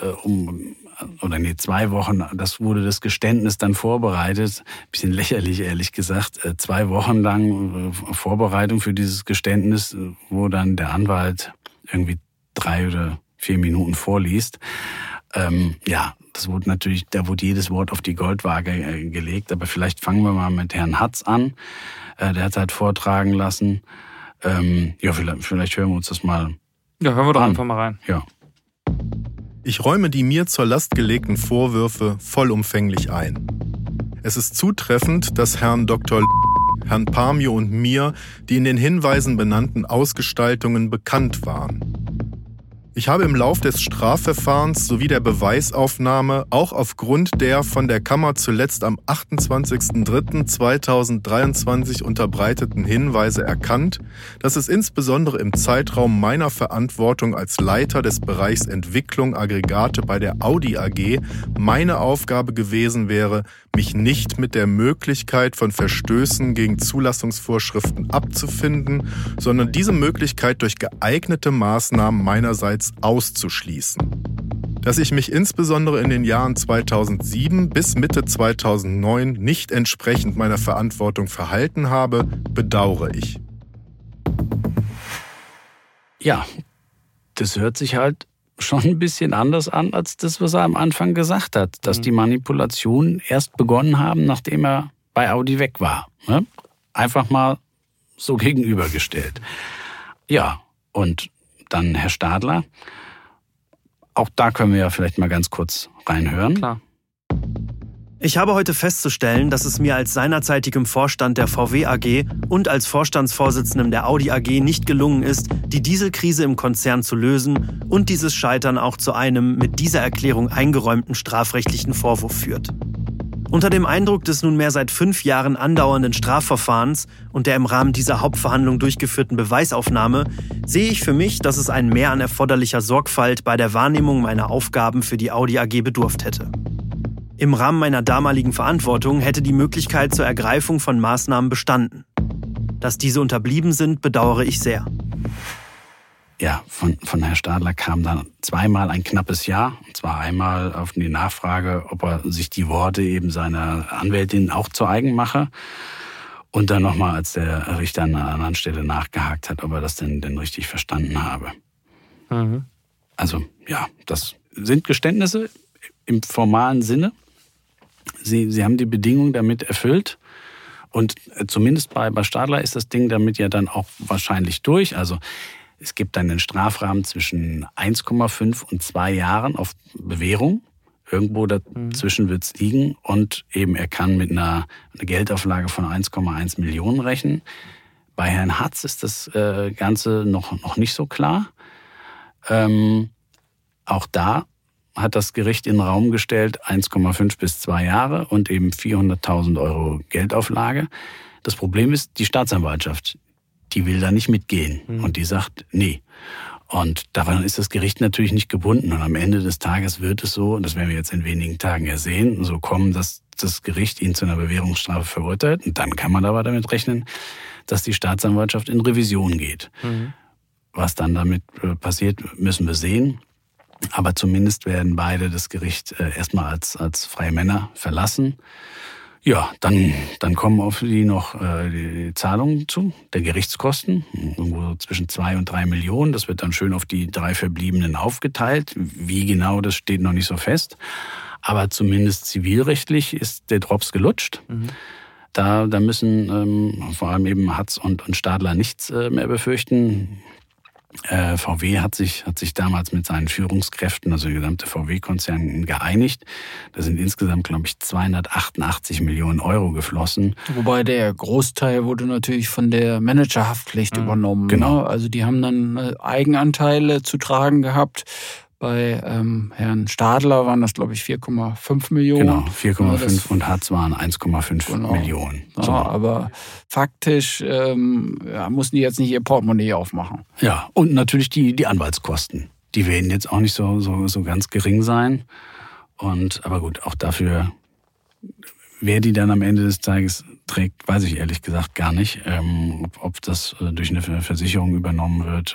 2 Wochen, das wurde das Geständnis dann vorbereitet. Bisschen lächerlich, ehrlich gesagt. 2 Wochen lang Vorbereitung für dieses Geständnis, wo dann der Anwalt irgendwie 3 oder 4 Minuten vorliest. Das wurde natürlich, da wurde jedes Wort auf die Goldwaage gelegt. Aber vielleicht fangen wir mal mit Herrn Hatz an. Der hat es halt vortragen lassen. Vielleicht hören wir uns das mal. Ja, hören wir doch einfach mal rein. Ja. Ich räume die mir zur Last gelegten Vorwürfe vollumfänglich ein. Es ist zutreffend, dass Herrn Dr. Herrn Pamio und mir die in den Hinweisen benannten Ausgestaltungen bekannt waren. Ich habe im Lauf des Strafverfahrens sowie der Beweisaufnahme auch aufgrund der von der Kammer zuletzt am 28.03.2023 unterbreiteten Hinweise erkannt, dass es insbesondere im Zeitraum meiner Verantwortung als Leiter des Bereichs Entwicklung Aggregate bei der Audi AG meine Aufgabe gewesen wäre, mich nicht mit der Möglichkeit von Verstößen gegen Zulassungsvorschriften abzufinden, sondern diese Möglichkeit durch geeignete Maßnahmen meinerseits auszuschließen. Dass ich mich insbesondere in den Jahren 2007 bis Mitte 2009 nicht entsprechend meiner Verantwortung verhalten habe, bedauere ich. Ja, das hört sich halt schon ein bisschen anders an, als das, was er am Anfang gesagt hat. Dass die Manipulationen erst begonnen haben, nachdem er bei Audi weg war. Ne? Einfach mal so gegenübergestellt. Ja, und dann Herr Stadler. Auch da können wir ja vielleicht mal ganz kurz reinhören. Klar. Ich habe heute festzustellen, dass es mir als seinerzeitigem Vorstand der VW AG und als Vorstandsvorsitzendem der Audi AG nicht gelungen ist, die Dieselkrise im Konzern zu lösen und dieses Scheitern auch zu einem mit dieser Erklärung eingeräumten strafrechtlichen Vorwurf führt. Unter dem Eindruck des nunmehr seit 5 Jahren andauernden Strafverfahrens und der im Rahmen dieser Hauptverhandlung durchgeführten Beweisaufnahme sehe ich für mich, dass es ein Mehr an erforderlicher Sorgfalt bei der Wahrnehmung meiner Aufgaben für die Audi AG bedurft hätte. Im Rahmen meiner damaligen Verantwortung hätte die Möglichkeit zur Ergreifung von Maßnahmen bestanden. Dass diese unterblieben sind, bedauere ich sehr. Ja, von Herrn Stadler kam dann 2-mal ein knappes Ja. Und zwar einmal auf die Nachfrage, ob er sich die Worte eben seiner Anwältin auch zu eigen mache. Und dann nochmal, als der Richter an einer anderen Stelle nachgehakt hat, ob er das denn richtig verstanden habe. Mhm. Also ja, das sind Geständnisse im formalen Sinne. Sie haben die Bedingungen damit erfüllt. Und zumindest bei Stadler ist das Ding damit ja dann auch wahrscheinlich durch. Also es gibt dann einen Strafrahmen zwischen 1,5 und 2 Jahren auf Bewährung. Irgendwo dazwischen wird es liegen. Und eben er kann mit einer Geldauflage von 1,1 Millionen rechnen. Bei Herrn Hatz ist das Ganze noch nicht so klar. Auch da hat das Gericht in den Raum gestellt 1,5 bis 2 Jahre und eben 400.000 Euro Geldauflage. Das Problem ist, die Staatsanwaltschaft, die will da nicht mitgehen. Und die sagt, nee. Und daran ist das Gericht natürlich nicht gebunden. Und am Ende des Tages wird es so, und das werden wir jetzt in wenigen Tagen ja sehen, so kommen, dass das Gericht ihn zu einer Bewährungsstrafe verurteilt. Und dann kann man aber damit rechnen, dass die Staatsanwaltschaft in Revision geht. Was dann damit passiert, müssen wir sehen. Aber zumindest werden beide das Gericht erstmal als freie Männer verlassen. Ja, dann kommen auf die noch die Zahlungen zu, der Gerichtskosten, irgendwo zwischen 2 und 3 Millionen. Das wird dann schön auf die 3 Verbliebenen aufgeteilt. Wie genau, das steht noch nicht so fest. Aber zumindest zivilrechtlich ist der Drops gelutscht. Da müssen vor allem eben Hatz und Stadler nichts mehr befürchten. VW hat sich damals mit seinen Führungskräften, also der gesamte VW-Konzern, geeinigt. Da sind insgesamt, glaube ich, 288 Millionen Euro geflossen. Wobei der Großteil wurde natürlich von der Managerhaftpflicht übernommen. Genau. Ne? Also die haben dann Eigenanteile zu tragen gehabt. Bei Herrn Stadler waren das, glaube ich, 4,5 Millionen. Genau, 4,5 und Hatz waren 1,5 Millionen. So. Ja, aber faktisch mussten die jetzt nicht ihr Portemonnaie aufmachen. Ja, und natürlich die Anwaltskosten. Die werden jetzt auch nicht so ganz gering sein. Aber gut, auch dafür, wer die dann am Ende des Tages trägt, weiß ich ehrlich gesagt gar nicht. Ob das durch eine Versicherung übernommen wird,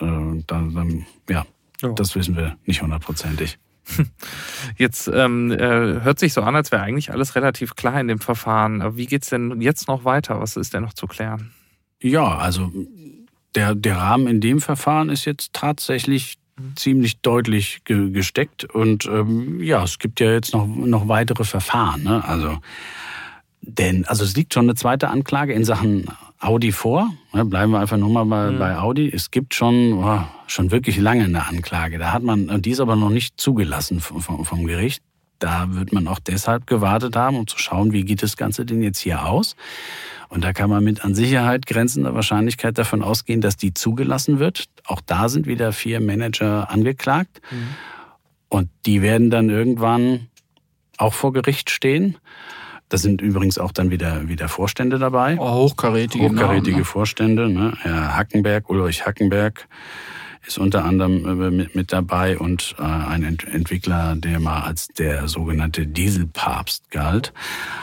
das wissen wir nicht 100%. Jetzt hört sich so an, als wäre eigentlich alles relativ klar in dem Verfahren. Wie geht's denn jetzt noch weiter? Was ist denn noch zu klären? Ja, also der Rahmen in dem Verfahren ist jetzt tatsächlich ziemlich deutlich gesteckt. Und es gibt ja jetzt noch weitere Verfahren. Ne? Also es liegt schon eine zweite Anklage in Sachen Audi vor. Bleiben wir einfach nur mal bei Audi. Es gibt schon wirklich lange eine Anklage. Die ist aber noch nicht zugelassen vom Gericht. Da wird man auch deshalb gewartet haben, um zu schauen, wie geht das Ganze denn jetzt hier aus. Und da kann man mit an Sicherheit grenzender Wahrscheinlichkeit davon ausgehen, dass die zugelassen wird. Auch da sind wieder 4 Manager angeklagt. Und die werden dann irgendwann auch vor Gericht stehen. Da sind übrigens auch dann wieder Vorstände dabei. Hochkarätige Vorstände. Ne? Herr Ulrich Hackenberg ist unter anderem mit dabei und ein Entwickler, der mal als der sogenannte Dieselpapst galt.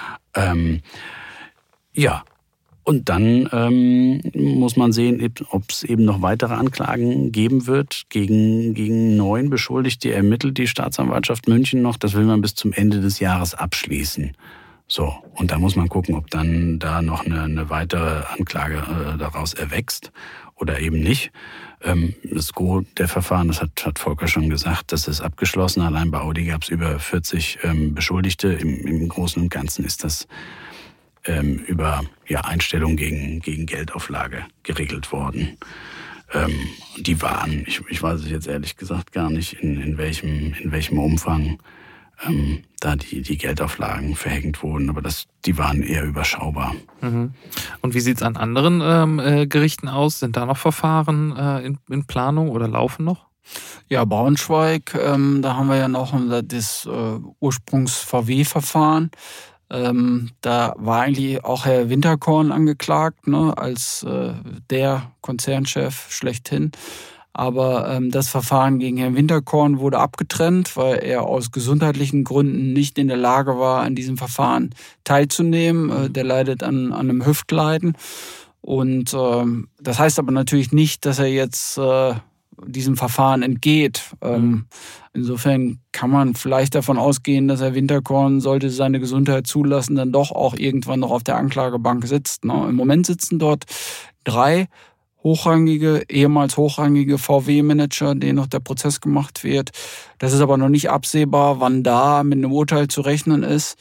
Und dann muss man sehen, ob es eben noch weitere Anklagen geben wird. Gegen 9 Beschuldigte ermittelt die Staatsanwaltschaft München noch. Das will man bis zum Ende des Jahres abschließen. So, und da muss man gucken, ob dann da noch eine weitere Anklage daraus erwächst oder eben nicht. Das Gros der Verfahren, das hat Volker schon gesagt, das ist abgeschlossen. Allein bei Audi gab es über 40 Beschuldigte. Im Großen und Ganzen ist das über Einstellung gegen Geldauflage geregelt worden. Die waren, ich weiß es jetzt ehrlich gesagt gar nicht, in welchem Umfang da die Geldauflagen verhängt wurden, aber die waren eher überschaubar. Und wie sieht's an anderen Gerichten aus? Sind da noch Verfahren in Planung oder laufen noch? Ja, Braunschweig, da haben wir ja noch das Ursprungs-VW-Verfahren. Da war eigentlich auch Herr Winterkorn angeklagt, ne, als der Konzernchef schlechthin. Aber das Verfahren gegen Herrn Winterkorn wurde abgetrennt, weil er aus gesundheitlichen Gründen nicht in der Lage war, an diesem Verfahren teilzunehmen. Der leidet an einem Hüftleiden. Und das heißt aber natürlich nicht, dass er jetzt diesem Verfahren entgeht. Insofern kann man vielleicht davon ausgehen, dass Herr Winterkorn, sollte seine Gesundheit zulassen, dann doch auch irgendwann noch auf der Anklagebank sitzt. Ne? Im Moment sitzen dort 3 ehemals hochrangige VW-Manager, denen noch der Prozess gemacht wird. Das ist aber noch nicht absehbar, wann da mit einem Urteil zu rechnen ist.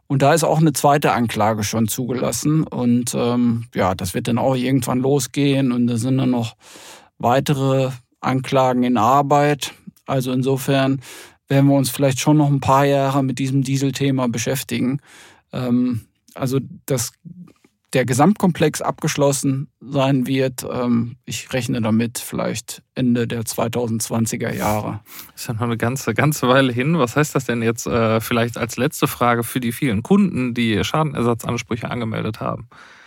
Und da ist auch eine zweite Anklage schon zugelassen. Und das wird dann auch irgendwann losgehen. Und da sind dann noch weitere Anklagen in Arbeit. Also insofern werden wir uns vielleicht schon noch ein paar Jahre mit diesem Dieselthema beschäftigen. Also dass der Gesamtkomplex abgeschlossen sein wird, ich rechne damit vielleicht Ende der 2020er Jahre. Das ist ja noch eine ganze Weile hin. Was heißt das denn jetzt vielleicht als letzte Frage für die vielen Kunden, die Schadenersatzansprüche angemeldet haben?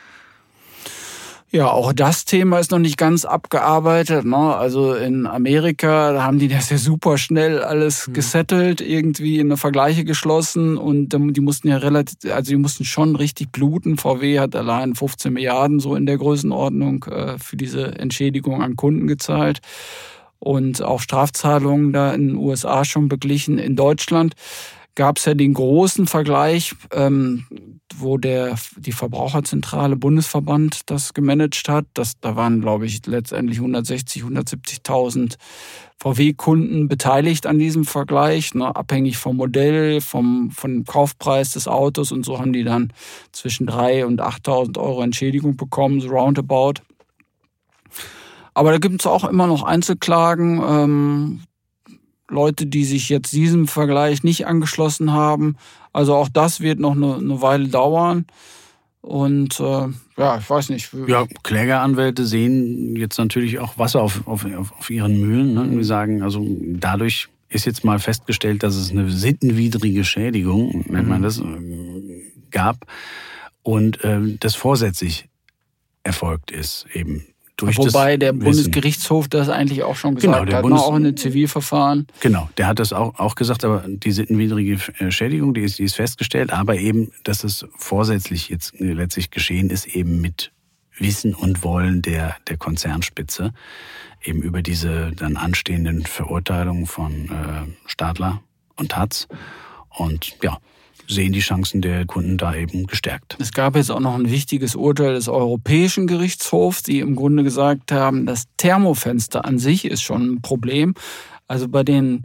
Ja, auch das Thema ist noch nicht ganz abgearbeitet, ne? Also in Amerika, da haben die das ja super schnell alles gesettelt, irgendwie in eine Vergleiche geschlossen und die mussten ja die mussten schon richtig bluten. VW hat allein 15 Milliarden so in der Größenordnung für diese Entschädigung an Kunden gezahlt und auch Strafzahlungen da in den USA schon beglichen. In Deutschland gab es ja den großen Vergleich, wo die Verbraucherzentrale Bundesverband das gemanagt hat. Da waren, glaube ich, letztendlich 170.000 VW-Kunden beteiligt an diesem Vergleich, ne, abhängig vom Modell, vom Kaufpreis des Autos. Und so haben die dann zwischen 3.000 und 8.000 Euro Entschädigung bekommen, so roundabout. Aber da gibt es auch immer noch Einzelklagen, Leute, die sich jetzt diesem Vergleich nicht angeschlossen haben. Also auch das wird noch eine Weile dauern. Und ich weiß nicht. Ja, Klägeranwälte sehen jetzt natürlich auch Wasser auf ihren Mühlen. Ne? Die sagen, also dadurch ist jetzt mal festgestellt, dass es eine sittenwidrige Schädigung, nennt man das, gab und das vorsätzlich erfolgt ist eben. Wobei der Bundesgerichtshof das eigentlich auch schon gesagt hat, auch in den Zivilverfahren. Genau, der hat das auch gesagt, aber die sittenwidrige Schädigung, die ist festgestellt, aber eben, dass es vorsätzlich jetzt letztlich geschehen ist, eben mit Wissen und Wollen der Konzernspitze, eben über diese dann anstehenden Verurteilungen von Stadler und Taz. Und ja, sehen die Chancen der Kunden da eben gestärkt. Es gab jetzt auch noch ein wichtiges Urteil des Europäischen Gerichtshofs, die im Grunde gesagt haben, das Thermofenster an sich ist schon ein Problem. Also bei den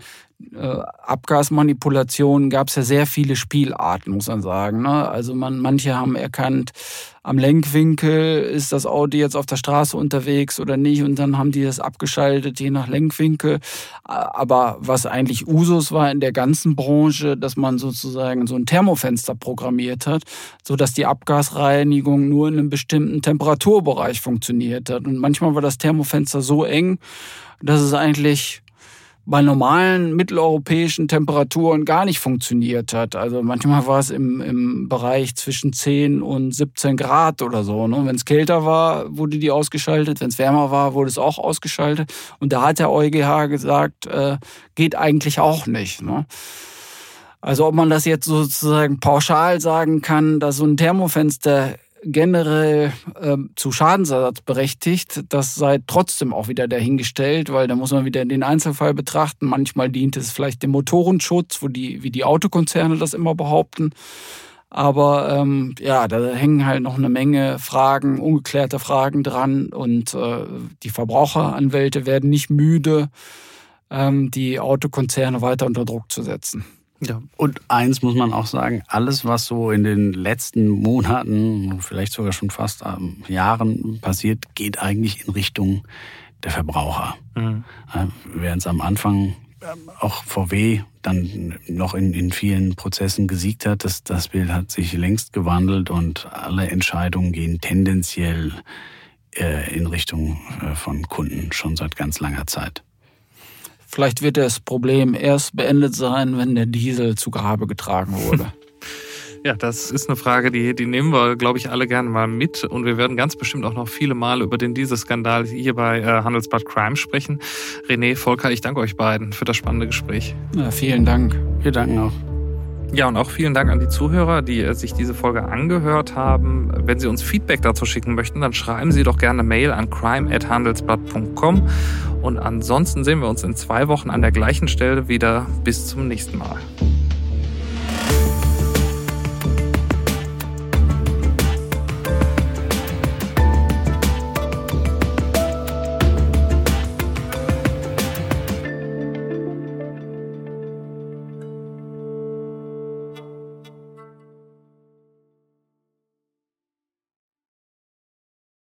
Abgasmanipulationen gab es ja sehr viele Spielarten, muss man sagen. Ne? Also manche haben erkannt, am Lenkwinkel ist das Auto jetzt auf der Straße unterwegs oder nicht und dann haben die das abgeschaltet, je nach Lenkwinkel. Aber was eigentlich Usus war in der ganzen Branche, dass man sozusagen so ein Thermofenster programmiert hat, sodass die Abgasreinigung nur in einem bestimmten Temperaturbereich funktioniert hat. Und manchmal war das Thermofenster so eng, dass es eigentlich bei normalen mitteleuropäischen Temperaturen gar nicht funktioniert hat. Also manchmal war es im Bereich zwischen 10 und 17 Grad oder so. Ne? Wenn es kälter war, wurde die ausgeschaltet. Wenn es wärmer war, wurde es auch ausgeschaltet. Und da hat der EuGH gesagt, geht eigentlich auch nicht. Ne? Also ob man das jetzt sozusagen pauschal sagen kann, dass so ein Thermofenster generell zu Schadensersatz berechtigt, das sei trotzdem auch wieder dahingestellt, weil da muss man wieder den Einzelfall betrachten. Manchmal dient es vielleicht dem Motorenschutz, wie die Autokonzerne das immer behaupten. Aber da hängen halt noch eine Menge Fragen, ungeklärte Fragen dran und die Verbraucheranwälte werden nicht müde, die Autokonzerne weiter unter Druck zu setzen. Ja. Und eins muss man auch sagen, alles, was so in den letzten Monaten, vielleicht sogar schon fast Jahren passiert, geht eigentlich in Richtung der Verbraucher. Mhm. Während es am Anfang auch VW dann noch in vielen Prozessen gesiegt hat, das Bild hat sich längst gewandelt und alle Entscheidungen gehen tendenziell in Richtung von Kunden schon seit ganz langer Zeit. Vielleicht wird das Problem erst beendet sein, wenn der Diesel zu Grabe getragen wurde. Ja, das ist eine Frage, die nehmen wir, glaube ich, alle gerne mal mit. Und wir werden ganz bestimmt auch noch viele Male über den Dieselskandal hier bei Handelsblatt Crime sprechen. René, Volker, ich danke euch beiden für das spannende Gespräch. Ja, vielen Dank. Wir danken auch. Ja, und auch vielen Dank an die Zuhörer, die sich diese Folge angehört haben. Wenn Sie uns Feedback dazu schicken möchten, dann schreiben Sie doch gerne eine Mail an crime@handelsblatt.com. Und ansonsten sehen wir uns in 2 Wochen an der gleichen Stelle wieder. Bis zum nächsten Mal.